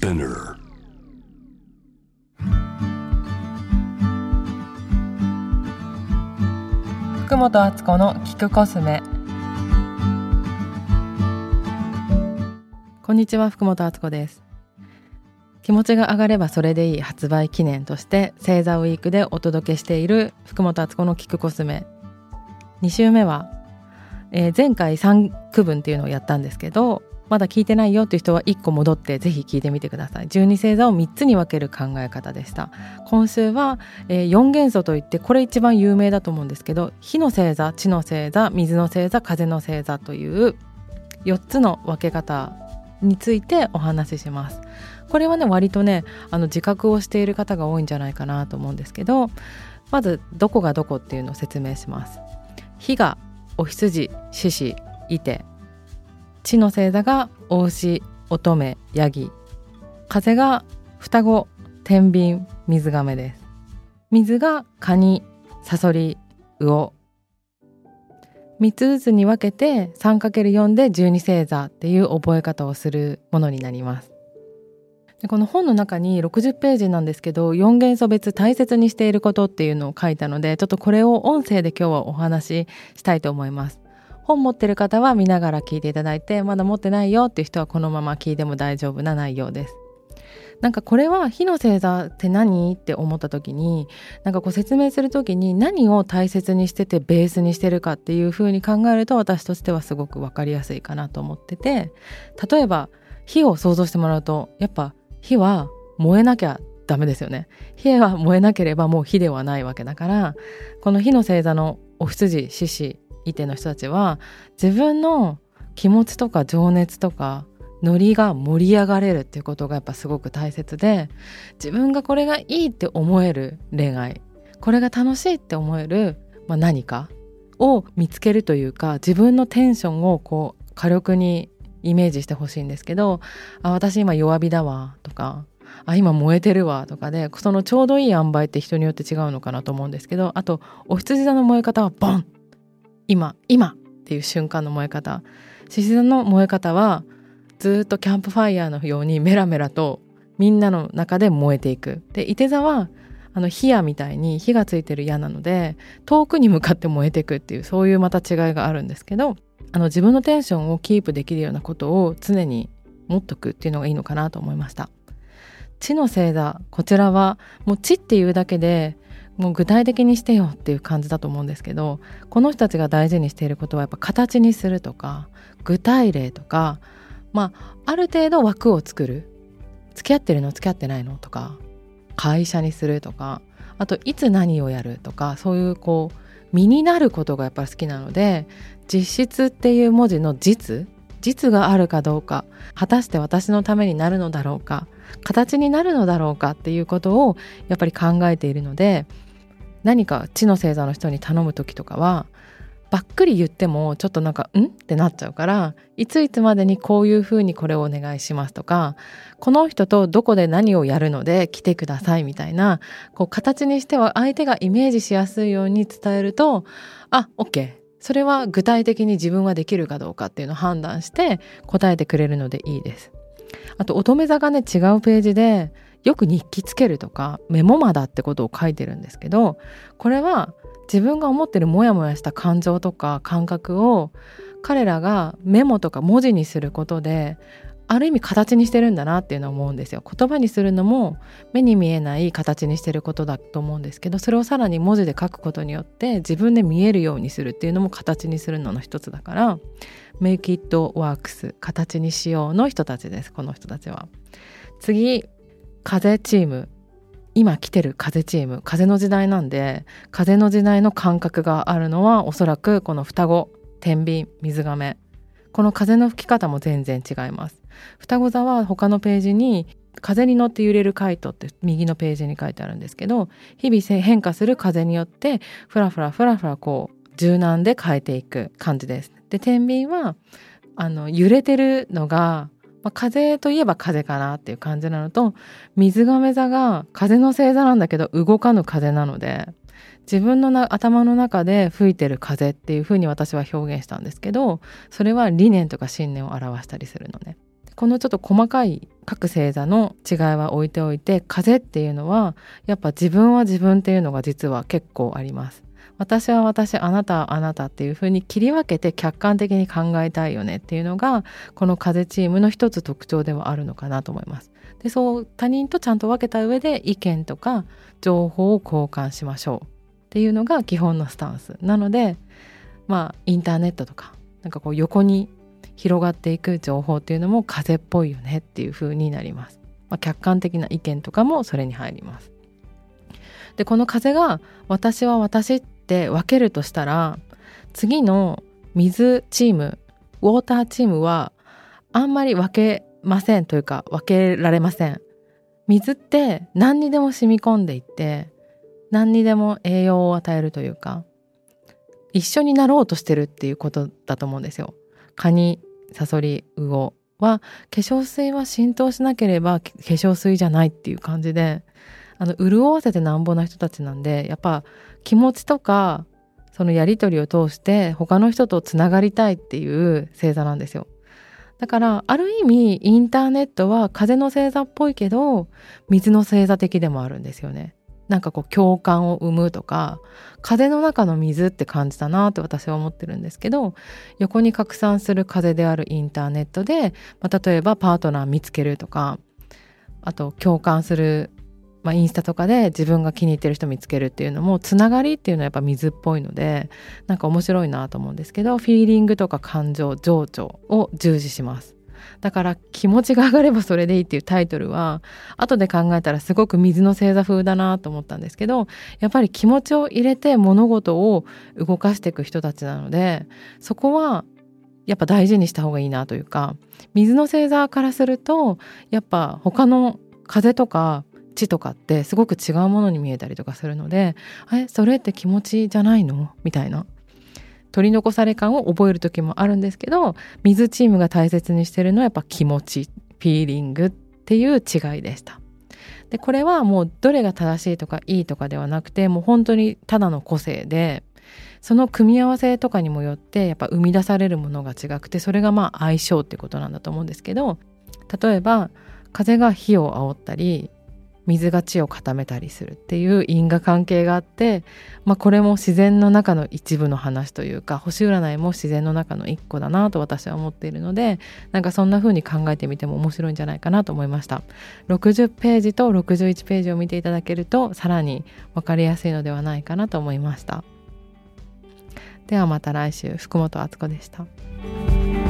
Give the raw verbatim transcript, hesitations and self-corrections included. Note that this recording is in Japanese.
Spinner。 福本敦子の聞くコスメ。こんにちは、福本敦子です。気持ちが上がればそれでいい発売記念として星座ウィークでお届けしている福本敦子の聞くコスメ。に週目は、えー、前回さん区分っていうのをやったんですけど、まだ聞いてないよっていう人はいっこ戻ってぜひ聞いてみてください。じゅうに星座をみっつに分ける考え方でした。今週は、えー、よん元素といってこれ一番有名だと思うんですけど、火の星座、地の星座、水の星座、風の星座というよっつの分け方についてお話しします。これはね、割とね、あの自覚をしている方が多いんじゃないかなと思うんですけど、まずどこがどこっていうのを説明します。火がお羊、獅子、射手、地の星座が牡牛、乙女、ヤギ、風が双子、天秤、水亀です。水がカニ、サソリ、魚。みっつずつに分けて さんかけるよん でじゅうに星座っていう覚え方をするものになります。でこの本の中にろくじゅっページなんですけど、よん元素別大切にしていることっていうのを書いたので、ちょっとこれを音声で今日はお話ししたいと思います。本持ってる方は見ながら聞いていただいて、まだ持ってないよっていう人はこのまま聞いても大丈夫な内容です。なんかこれは火の星座って何って思った時に、なんかこう説明する時に何を大切にしててベースにしてるかっていう風に考えると、私としてはすごく分かりやすいかなと思ってて、例えば火を想像してもらうと、やっぱ火は燃えなきゃダメですよね。火は燃えなければもう火ではないわけだから、この火の星座のお羊、獅子、射手の人たちは自分の気持ちとか情熱とかノリが盛り上がれるっていうことがやっぱすごく大切で、自分がこれがいいって思える恋愛、これが楽しいって思える、まあ、何かを見つけるというか、自分のテンションをこう火力にイメージしてほしいんですけど、あ、私今弱火だわとか、あ、今燃えてるわとかで、そのちょうどいい塩梅って人によって違うのかなと思うんですけど、あとお羊座の燃え方はボン、今今っていう瞬間の燃え方、獅子座の燃え方はずっとキャンプファイヤーのようにメラメラとみんなの中で燃えていく。で、射手座はあの火矢みたいに火がついてる矢なので、遠くに向かって燃えていくっていう、そういうまた違いがあるんですけど、あの自分のテンションをキープできるようなことを常に持っとくっていうのがいいのかなと思いました。地の星座、こちらはもう地っていうだけでもう具体的にしてよっていう感じだと思うんですけど、この人たちが大事にしていることはやっぱ形にするとか、具体例とか、まあある程度枠を作る、付き合ってるの付き合ってないのとか、会社にするとか、あといつ何をやるとか、そういうこう身になることがやっぱり好きなので、実質っていう文字の実実があるかどうか、果たして私のためになるのだろうか、形になるのだろうかっていうことをやっぱり考えているので、何か地の星座の人に頼む時とかはばっくり言ってもちょっとなんかんってなっちゃうから、いついつまでにこういうふうにこれをお願いしますとか、この人とどこで何をやるので来てくださいみたいな、こう形にしては相手がイメージしやすいように伝えると、あ、 OK、それは具体的に自分はできるかどうかっていうのを判断して答えてくれるのでいいです。あと乙女座がね、違うページでよく日記つけるとかメモマだってことを書いてるんですけど、これは自分が思ってるモヤモヤした感情とか感覚を彼らがメモとか文字にすることである意味形にしてるんだなっていうのは思うんですよ。言葉にするのも目に見えない形にしてることだと思うんですけど、それをさらに文字で書くことによって自分で見えるようにするっていうのも形にするのの一つだから、Make it works、 形にしようの人たちです、この人たちは。次、風チーム、今来てる風チーム、風の時代なんで、風の時代の感覚があるのはおそらくこの双子、天秤、水亀、この風の吹き方も全然違います。双子座は他のページに風に乗って揺れるカイトって右のページに書いてあるんですけど、日々変化する風によってフラフラフラフラこう柔軟で変えていく感じです。で、天秤はあの揺れてるのが、まあ、風といえば風かなっていう感じなのと、水亀座が風の星座なんだけど動かぬ風なので、自分のな頭の中で吹いてる風っていう風に私は表現したんですけど、それは理念とか信念を表したりするのね。 このちょっと細かい各星座の違いは置いておいて、風っていうのはやっぱ自分は自分っていうのが実は結構あります。私は私、あなたはあなたっていう風に切り分けて客観的に考えたいよねっていうのがこの風チームの一つ特徴ではあるのかなと思います。で、そう他人とちゃんと分けた上で意見とか情報を交換しましょうっていうのが基本のスタンスなので、まあインターネットとかなんかこう横に広がっていく情報っていうのも風っぽいよねっていう風になります。まあ、客観的な意見とかもそれに入ります。で、この風が私は私って分けるとしたら、次の水チーム、ウォーターチームはあんまり分けませんというか分けられません。水って何にでも染み込んでいって何にでも栄養を与えるというか、一緒になろうとしてるっていうことだと思うんですよ。カニ、サソリ、ウオは化粧水は浸透しなければ化粧水じゃないっていう感じで、あの潤わせてなんぼな人たちなんで、やっぱ気持ちとかそのやり取りを通して他の人とつながりたいっていう星座なんですよ。だからある意味インターネットは風の星座っぽいけど水の星座的でもあるんですよね。なんかこう共感を生むとか、風の中の水って感じだなって私は思ってるんですけど、横に拡散する風であるインターネットで、まあ、例えばパートナー見つけるとか、あと共感する、まあ、インスタとかで自分が気に入ってる人見つけるっていうのもつながりっていうのはやっぱ水っぽいので、なんか面白いなと思うんですけど、フィーリングとか感情、情緒を重視します。だから気持ちが上がればそれでいいっていうタイトルは後で考えたらすごく水の星座風だなと思ったんですけど、やっぱり気持ちを入れて物事を動かしていく人たちなので、そこはやっぱ大事にした方がいいなというか、水の星座からするとやっぱ他の風とか地とかってすごく違うものに見えたりとかするので、え、それって気持ちじゃないのみたいな取り残され感を覚える時もあるんですけど、水チームが大切にしてるのはやっぱ気持ち、フィーリングっていう違いでした。で、これはもうどれが正しいとかいいとかではなくて、もう本当にただの個性で、その組み合わせとかにもよってやっぱ生み出されるものが違くて、それがまあ相性ってことなんだと思うんですけど、例えば風が火を煽ったり水が地を固めたりするっていう因果関係があって、まあ、これも自然の中の一部の話というか、星占いも自然の中の一個だなと私は思っているので、なんかそんな風に考えてみても面白いんじゃないかなと思いました。ろくじゅっページとろくじゅういちページを見ていただけるとさらに分かりやすいのではないかなと思いました。ではまた来週。福本敦子でした。